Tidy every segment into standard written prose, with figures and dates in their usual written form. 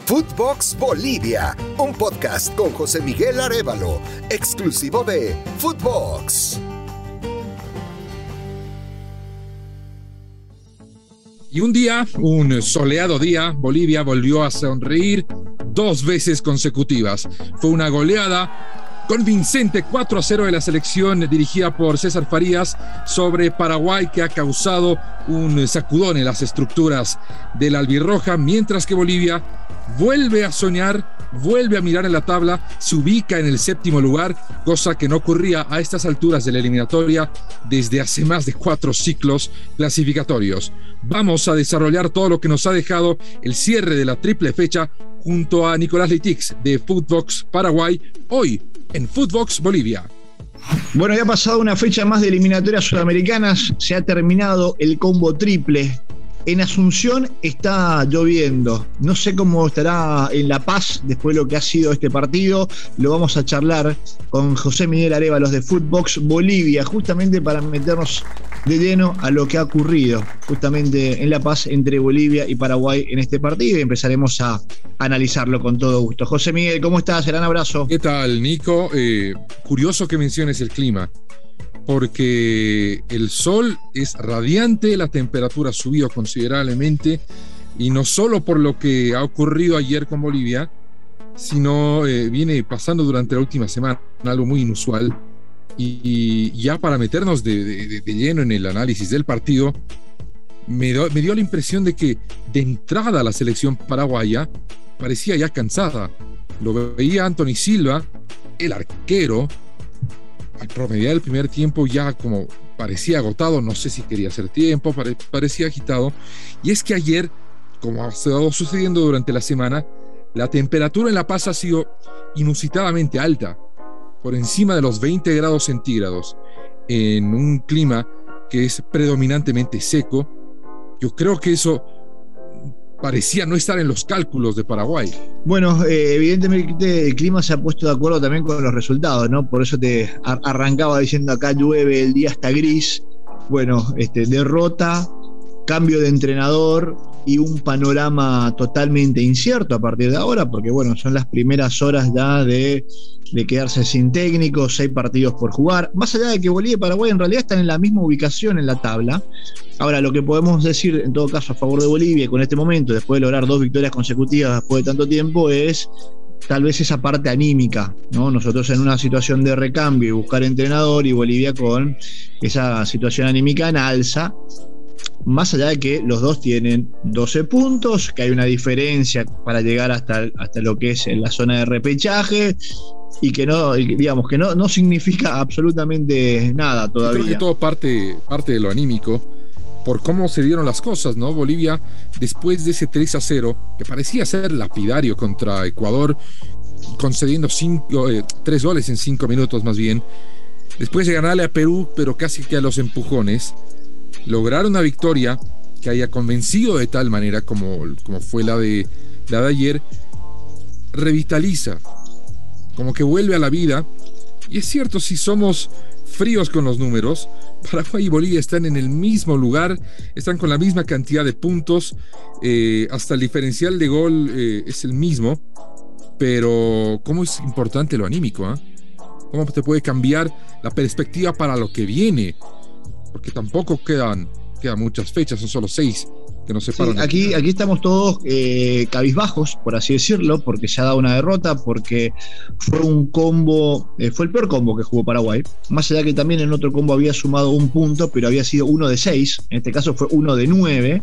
Footbox Bolivia, un podcast con José Miguel Arévalo, exclusivo de Footbox. Y un soleado día, Bolivia volvió a sonreír 2 veces consecutivas. Fue una goleada convincente 4-0 de la selección dirigida por César Farías sobre Paraguay, que ha causado un sacudón en las estructuras de la albirroja, mientras que Bolivia vuelve a soñar, vuelve a mirar en la tabla, se ubica en el 7º lugar, cosa que no ocurría a estas alturas de la eliminatoria desde hace más de 4 ciclos clasificatorios. Vamos a desarrollar todo lo que nos ha dejado el cierre de la triple fecha junto a Nicolás Leitix de Footbox Paraguay, hoy en Footbox Bolivia. Bueno, ya ha pasado una fecha más de eliminatorias sudamericanas, se ha terminado el combo triple. En Asunción está lloviendo. No sé cómo estará en La Paz después de lo que ha sido este partido. Lo vamos a charlar con José Miguel Arévalo de Footbox Bolivia, justamente para meternos de lleno a lo que ha ocurrido justamente en La Paz entre Bolivia y Paraguay en este partido, y empezaremos a analizarlo con todo gusto. José Miguel, ¿cómo estás? Gran abrazo. ¿Qué tal, Nico? Curioso que menciones el clima, porque el sol es radiante, la temperatura ha subido considerablemente, y no solo por lo que ha ocurrido ayer con Bolivia, sino viene pasando durante la última semana, algo muy inusual. Y ya para meternos de lleno en el análisis del partido, me dio la impresión de que de entrada la selección paraguaya parecía ya cansada. Lo veía Anthony Silva, el arquero, al promediar el primer tiempo ya como parecía agotado, no sé si quería hacer tiempo, parecía agitado. Y es que ayer, como ha estado sucediendo durante la semana, la temperatura en La Paz ha sido inusitadamente alta, por encima de los 20 grados centígrados, en un clima que es predominantemente seco. Yo creo que eso parecía no estar en los cálculos de Paraguay. Bueno, evidentemente el clima se ha puesto de acuerdo también con los resultados, ¿no? Por eso te arrancaba diciendo acá llueve, el día está gris. Bueno, derrota, cambio de entrenador y un panorama totalmente incierto a partir de ahora, porque bueno, son las primeras horas ya de quedarse sin técnico, 6 partidos por jugar, más allá de que Bolivia y Paraguay en realidad están en la misma ubicación en la tabla. Ahora, lo que podemos decir en todo caso a favor de Bolivia con este momento, después de lograr 2 victorias consecutivas después de tanto tiempo, es tal vez esa parte anímica, ¿no? Nosotros en una situación de recambio y buscar entrenador, y Bolivia con esa situación anímica en alza, más allá de que los dos tienen 12 puntos, que hay una diferencia para llegar hasta lo que es en la zona de repechaje, y que no, digamos que no significa absolutamente nada todavía. Creo que todo parte de lo anímico, por cómo se dieron las cosas, ¿no? Bolivia, después de ese 3-0, que parecía ser lapidario contra Ecuador, concediendo 3 goles en 5 minutos más bien, después de ganarle a Perú, pero casi que a los empujones, lograr una victoria que haya convencido de tal manera como fue la de ayer, revitaliza, como que vuelve a la vida. Y es cierto, si somos fríos con los números, Paraguay y Bolivia están en el mismo lugar, están con la misma cantidad de puntos, hasta el diferencial de gol es el mismo, pero cómo es importante lo anímico, ¿eh? Cómo te puede cambiar la perspectiva para lo que viene, porque tampoco quedan muchas fechas, son solo 6 que nos separan. Sí, aquí estamos todos cabizbajos, por así decirlo, porque se ha dado una derrota, porque fue un combo, fue el peor combo que jugó Paraguay, más allá que también en otro combo había sumado 1 punto, pero había sido 1 de 6, en este caso fue 1 de 9.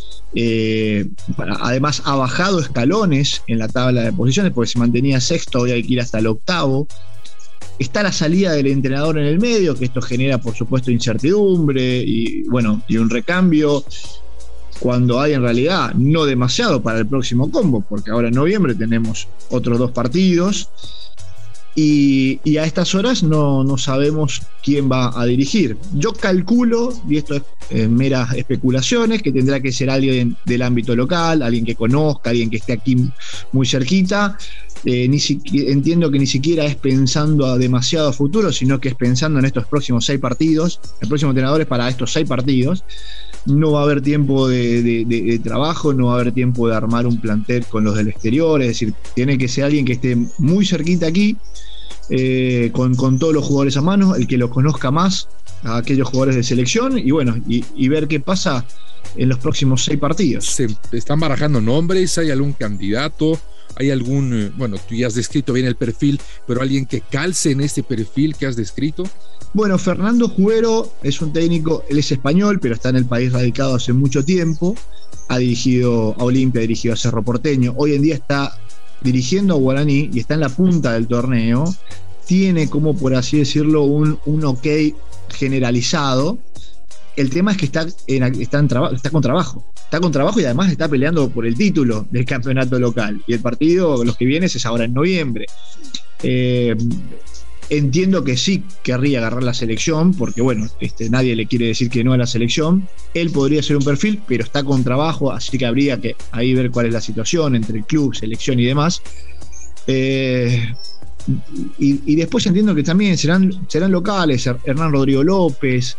Además ha bajado escalones en la tabla de posiciones, porque se mantenía sexto, hoy hay que ir hasta el 8º. Está la salida del entrenador en el medio, que esto genera por supuesto incertidumbre y un recambio, cuando hay en realidad no demasiado para el próximo combo, porque ahora en noviembre tenemos otros 2 partidos y a estas horas no sabemos quién va a dirigir. Yo calculo, y esto es meras especulaciones, que tendrá que ser alguien del ámbito local, alguien que conozca, alguien que esté aquí muy cerquita. Entiendo que ni siquiera es pensando demasiado a futuro, sino que es pensando en estos próximos 6 partidos. El próximo entrenador es para estos 6 partidos. no va a haber tiempo de trabajo, no va a haber tiempo de armar un plantel con los del exterior, es decir, tiene que ser alguien que esté muy cerquita aquí, con todos los jugadores a mano, el que los conozca más a aquellos jugadores de selección, y bueno, y ver qué pasa en los próximos 6 partidos. Se están barajando nombres, ¿hay algún candidato? ¿Hay algún, bueno, tú ya has descrito bien el perfil, pero alguien que calce en este perfil que has descrito? Bueno, Fernando Cuero es un técnico, él es español, pero está en el país radicado hace mucho tiempo, ha dirigido a Olimpia, ha dirigido a Cerro Porteño, hoy en día está dirigiendo a Guaraní y está en la punta del torneo, tiene como, por así decirlo, un ok generalizado. El tema es que está con trabajo y además está peleando por el título del campeonato local. Y el partido, los que vienen, es ahora en noviembre. Entiendo que sí querría agarrar la selección, porque bueno, nadie le quiere decir que no a la selección. Él podría ser un perfil, pero está con trabajo, así que habría que ahí ver cuál es la situación entre el club, selección y demás. Y después entiendo que también serán locales, Hernán Rodrigo López,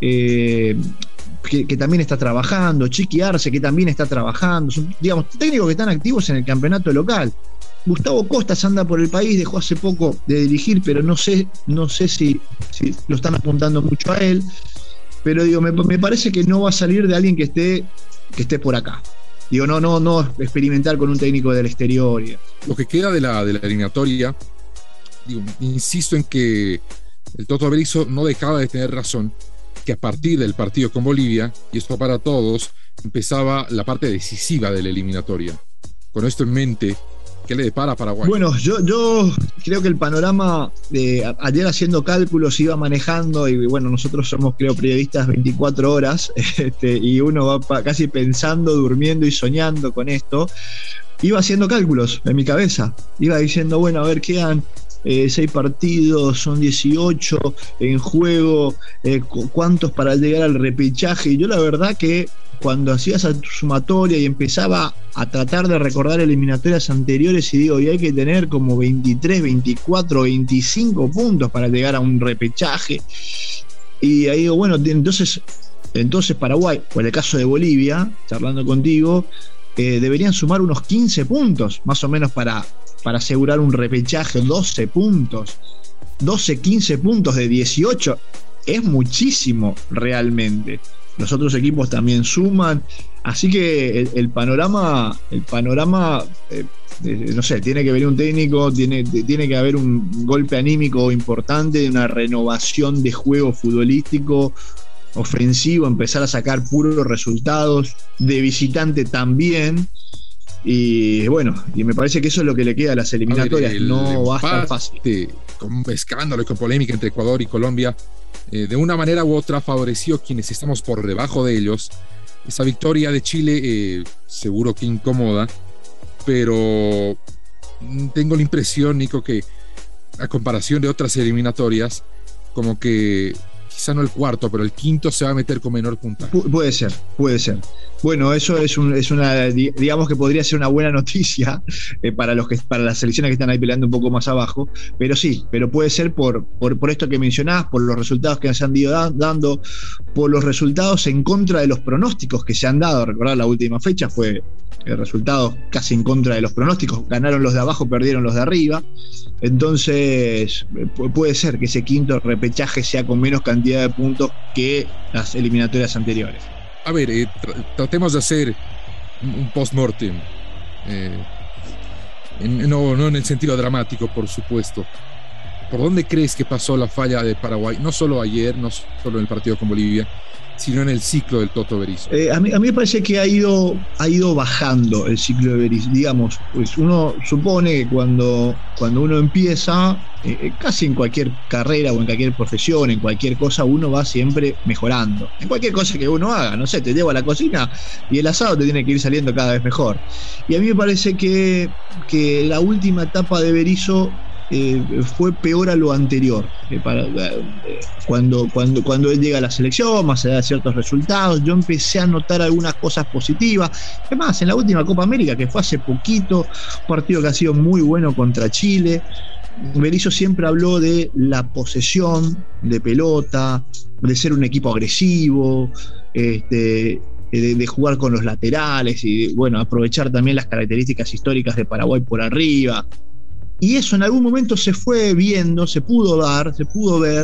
que también está trabajando, Chiqui Arce, que también está trabajando, son, digamos, técnicos que están activos en el campeonato local. Gustavo Costas anda por el país, dejó hace poco de dirigir, pero no sé si lo están apuntando mucho a él, pero digo, me parece que no va a salir de alguien que esté por acá. Digo, no experimentar con un técnico del exterior. Lo que queda de la eliminatoria, digo, insisto en que el Toto Berizzo no dejaba de tener razón, que a partir del partido con Bolivia, y esto para todos, empezaba la parte decisiva de la eliminatoria. Con esto en mente, ¿qué le depara a Paraguay? Bueno, yo creo que el panorama, ayer haciendo cálculos iba manejando, y bueno, nosotros somos, creo, periodistas 24 horas, y uno va casi pensando, durmiendo y soñando con esto. Iba haciendo cálculos en mi cabeza, iba diciendo, bueno, a ver, quedan 6 partidos, son 18 en juego, cuántos para llegar al repechaje. Y yo la verdad que cuando hacía esa sumatoria y empezaba a tratar de recordar eliminatorias anteriores, y digo, y hay que tener como 23, 24, 25 puntos para llegar a un repechaje. Y ahí digo, bueno, entonces Paraguay, o en el caso de Bolivia, charlando contigo, deberían sumar unos 15 puntos, más o menos para asegurar un repechaje. 12 puntos, 12, 15 puntos de 18, es muchísimo realmente. Los otros equipos también suman, así que el panorama, no sé, tiene que venir un técnico, tiene que haber un golpe anímico importante, de una renovación de juego futbolístico, ofensivo, empezar a sacar puros resultados, de visitante también. Y bueno, y me parece que eso es lo que le queda a las eliminatorias. No va a estar fácil. Con escándalo y con polémica entre Ecuador y Colombia, de una manera u otra favoreció quienes estamos por debajo de ellos. Esa victoria de Chile seguro que incomoda, pero tengo la impresión, Nico, que a comparación de otras eliminatorias, como que quizá no el cuarto, pero el quinto se va a meter con menor puntaje. Puede ser. Bueno, eso es una, digamos que podría ser una buena noticia para las selecciones que están ahí peleando un poco más abajo, pero puede ser por esto que mencionás, por los resultados que se han ido dando, por los resultados en contra de los pronósticos que se han dado. Recordar, la última fecha fue resultados casi en contra de los pronósticos, ganaron los de abajo, perdieron los de arriba. Entonces puede ser que ese quinto repechaje sea con menos cantidad de puntos que las eliminatorias anteriores. A ver, tratemos de hacer un post-mortem, no en el sentido dramático, por supuesto. ¿Por dónde crees que pasó la falla de Paraguay? No solo ayer, no solo en el partido con Bolivia, sino en el ciclo del Toto Berizzo. A mí me parece que ha ido bajando el ciclo de Berizzo. Digamos, pues uno supone que cuando uno empieza, casi en cualquier carrera o en cualquier profesión, en cualquier cosa, uno va siempre mejorando. En cualquier cosa que uno haga, no sé, te llevo a la cocina y el asado te tiene que ir saliendo cada vez mejor. Y a mí me parece que la última etapa de Berizzo fue peor a lo anterior. Cuando él llega a la selección, más allá de ciertos resultados, yo empecé a notar algunas cosas positivas. Es más, en la última Copa América, que fue hace poquito, un partido que ha sido muy bueno contra Chile, Berizzo siempre habló de la posesión de pelota, de ser un equipo agresivo, de jugar con los laterales y bueno, aprovechar también las características históricas de Paraguay por arriba. Y eso en algún momento se fue viendo, se pudo ver,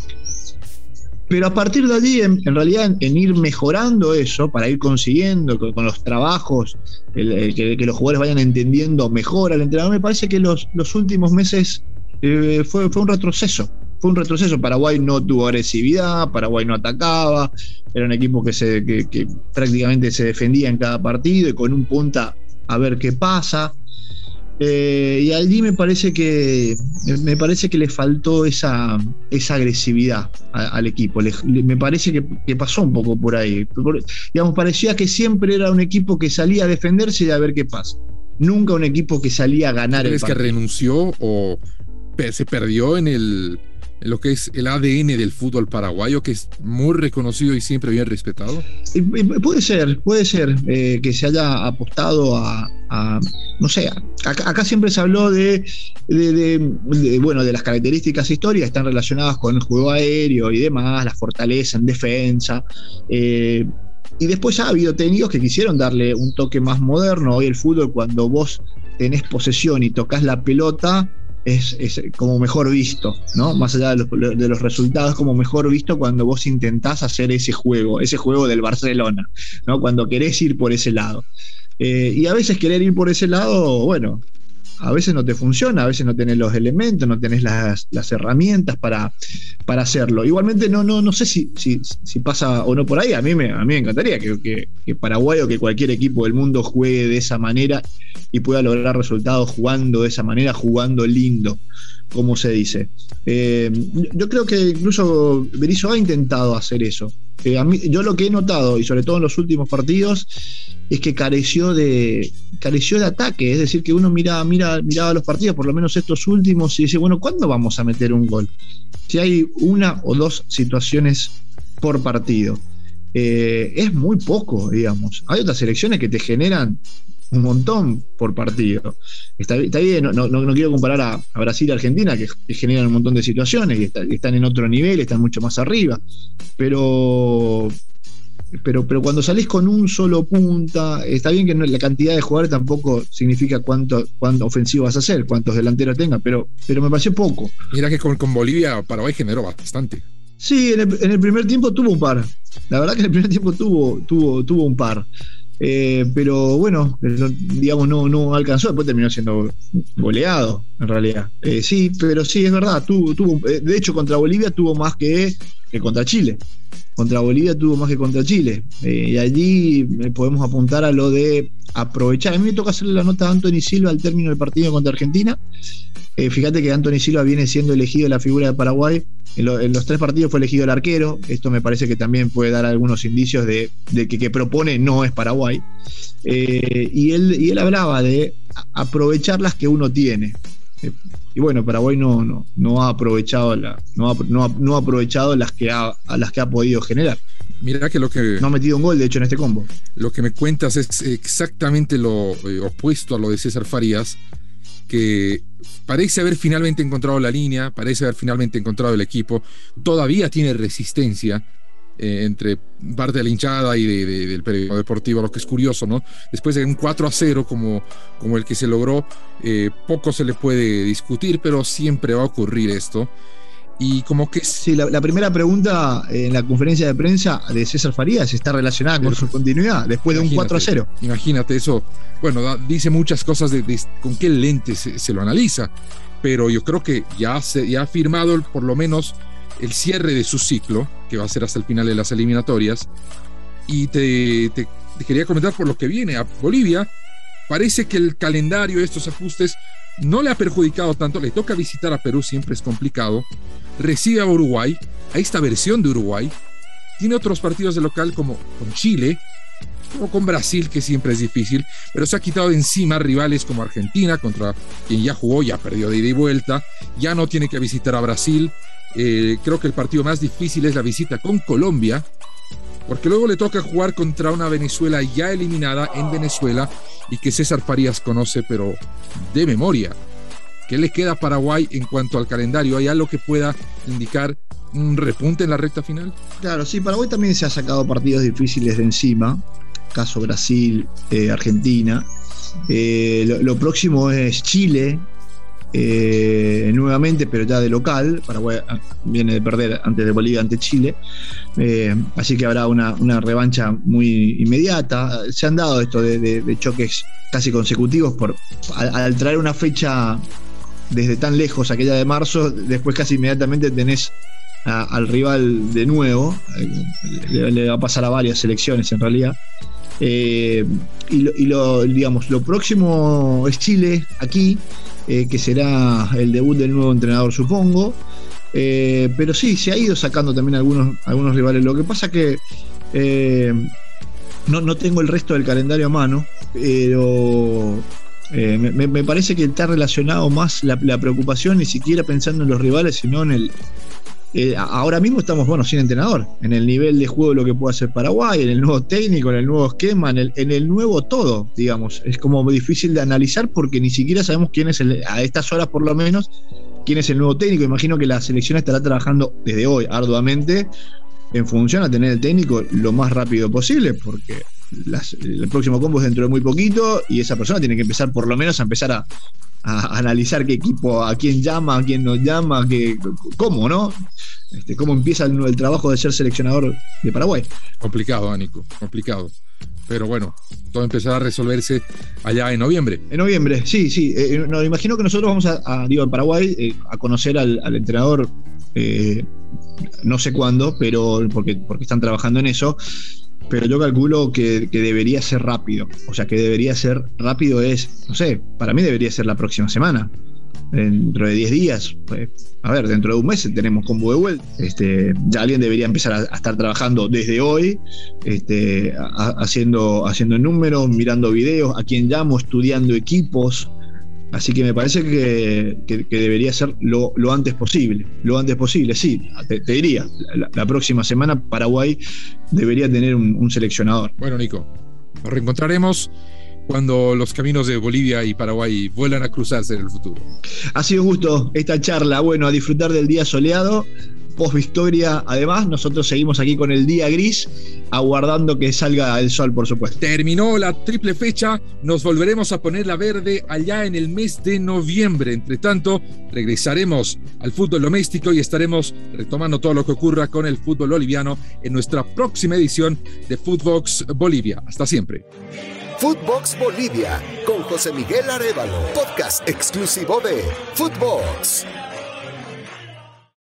pero a partir de allí, en realidad, en ir mejorando eso, para ir consiguiendo con los trabajos, que los jugadores vayan entendiendo mejor al entrenador, me parece que los últimos meses fue un retroceso. Fue un retroceso. Paraguay no tuvo agresividad, Paraguay no atacaba, era un equipo que prácticamente se defendía en cada partido y con un punta a ver qué pasa. Y allí me parece que le faltó esa agresividad al equipo. Me parece que pasó un poco por ahí. Digamos, parecía que siempre era un equipo que salía a defenderse y a ver qué pasa. Nunca un equipo que salía a ganar el partido. ¿Crees que renunció o se perdió en lo que es el ADN del fútbol paraguayo, que es muy reconocido y siempre bien respetado? Puede ser que se haya apostado a no sé, acá siempre se habló de las características históricas, están relacionadas con el juego aéreo y demás, la fortaleza en defensa, y después ha habido técnicos que quisieron darle un toque más moderno. Hoy el fútbol, cuando vos tenés posesión y tocas la pelota, es como mejor visto, ¿no? Más allá de los resultados, como mejor visto cuando vos intentás hacer ese juego del Barcelona, ¿no? Cuando querés ir por ese lado. Y a veces querer ir por ese lado, bueno, a veces no te funciona, a veces no tenés los elementos, no tenés las herramientas para hacerlo. Igualmente no sé si pasa o no por ahí. A mí me encantaría que Paraguay o que cualquier equipo del mundo juegue de esa manera y pueda lograr resultados jugando de esa manera, jugando lindo, como se dice. Yo creo que incluso Berizzo ha intentado hacer eso. Yo lo que he notado, y sobre todo en los últimos partidos, es que careció de ataque. Es decir, que uno miraba los partidos, por lo menos estos últimos, y dice, bueno, ¿cuándo vamos a meter un gol? Si hay una o dos situaciones por partido. Es muy poco, digamos. Hay otras selecciones que te generan un montón por partido. Está bien, no quiero comparar a Brasil y Argentina, que generan un montón de situaciones y están en otro nivel, están mucho más arriba. Pero cuando salís con un solo punta, está bien que la cantidad de jugadores tampoco significa cuánto ofensivo vas a hacer, cuántos delanteros tengas, pero me pareció poco. Mira que con Bolivia, Paraguay generó bastante. Sí, en el primer tiempo tuvo un par. La verdad que en el primer tiempo tuvo un par. Pero bueno, digamos, no alcanzó, después terminó siendo goleado, en realidad. Sí, pero sí, es verdad, de hecho contra Bolivia tuvo más que contra Chile. Contra Bolivia tuvo más que contra Chile. Y allí podemos apuntar a lo de aprovechar. A mí me toca hacerle la nota a Anthony Silva al término del partido contra Argentina. Fíjate que Anthony Silva viene siendo elegido la figura de Paraguay. En los 3 partidos fue elegido el arquero. Esto me parece que también puede dar algunos indicios de que propone no es Paraguay. Y él hablaba de aprovechar las que uno tiene. Y bueno, Paraguay no ha aprovechado no ha aprovechado las que ha podido generar. Mira que no ha metido un gol, de hecho, en este combo. Lo que me cuentas es exactamente lo opuesto a lo de César Farías, que parece haber finalmente encontrado la línea, parece haber finalmente encontrado el equipo, todavía tiene resistencia entre parte de la hinchada y del periodismo deportivo, lo que es curioso, ¿no? Después de un 4-0 como el que se logró, poco se le puede discutir, pero siempre va a ocurrir esto. Y como que sí, la primera pregunta en la conferencia de prensa de César Farías está relacionada con su continuidad después de un 4-0. Imagínate eso. Bueno, dice muchas cosas de con qué lente se lo analiza, pero yo creo que ya ha firmado por lo menos el cierre de su ciclo, que va a ser hasta el final de las eliminatorias. Y te quería comentar por lo que viene. A Bolivia parece que el calendario, estos ajustes, no le ha perjudicado tanto. Le toca visitar a Perú, siempre es complicado. Recibe a Uruguay, a esta versión de Uruguay. Tiene otros partidos de local como con Chile, como con Brasil, que siempre es difícil, pero se ha quitado de encima rivales como Argentina, contra quien ya jugó, ya perdió de ida y vuelta. Ya no tiene que visitar a Brasil. Creo que el partido más difícil es la visita con Colombia, porque luego le toca jugar contra una Venezuela ya eliminada en Venezuela y que César Farías conoce pero de memoria. ¿Qué le queda a Paraguay en cuanto al calendario? ¿Hay algo que pueda indicar un repunte en la recta final? Claro, sí, Paraguay también se ha sacado partidos difíciles de encima, caso Brasil, Argentina. Lo próximo es Chile, nuevamente, pero ya de local. Paraguay viene de perder antes de Bolivia ante Chile, así que habrá una revancha muy inmediata. Se han dado esto de choques casi consecutivos al traer una fecha desde tan lejos, aquella de marzo, después casi inmediatamente tenés al rival de nuevo. Le va a pasar a varias selecciones en realidad. Digamos, lo próximo es Chile aquí, que será el debut del nuevo entrenador, supongo. Pero sí, se ha ido sacando también algunos rivales. Lo que pasa que no tengo el resto del calendario a mano, pero me parece que está relacionado más la preocupación, ni siquiera pensando en los rivales, sino en ahora mismo estamos, sin entrenador, en el nivel de juego de lo que puede hacer Paraguay, en el nuevo técnico, en el nuevo esquema, en el nuevo todo, digamos. Es como difícil de analizar porque ni siquiera sabemos quién es, a estas horas por lo menos, quién es el nuevo técnico. Imagino que la selección estará trabajando desde hoy arduamente en función a tener el técnico lo más rápido posible, porque el próximo combo es dentro de muy poquito y esa persona tiene que empezar por lo menos a empezar a analizar qué equipo, a quién llama, a quién no llama, cómo, ¿no? Cómo empieza el trabajo de ser seleccionador de Paraguay. Complicado, Nico, complicado. Pero bueno, todo empezará a resolverse allá en noviembre. En noviembre, sí. Imagino que nosotros vamos en Paraguay a conocer al entrenador, no sé cuándo, pero porque están trabajando en eso. Pero yo calculo que debería ser rápido. O sea, que debería ser rápido no sé, para mí debería ser la próxima semana. Dentro de 10 días, dentro de un mes tenemos combo de vuelta. Ya alguien debería empezar a estar trabajando desde hoy, haciendo números, mirando videos, a quién llamo, estudiando equipos. Así que me parece que debería ser lo antes posible. Lo antes posible, sí. Te diría, la próxima semana Paraguay debería tener un seleccionador. Bueno, Nico, nos reencontraremos cuando los caminos de Bolivia y Paraguay vuelvan a cruzarse en el futuro. Ha sido un gusto esta charla. Bueno, a disfrutar del día soleado. Post victoria, además, nosotros seguimos aquí con el día gris, aguardando que salga el sol, por supuesto. Terminó la triple fecha, nos volveremos a poner la verde allá en el mes de noviembre. Entre tanto, regresaremos al fútbol doméstico y estaremos retomando todo lo que ocurra con el fútbol boliviano en nuestra próxima edición de Footbox Bolivia. Hasta siempre. Footbox Bolivia con José Miguel Arévalo, podcast exclusivo de Footbox.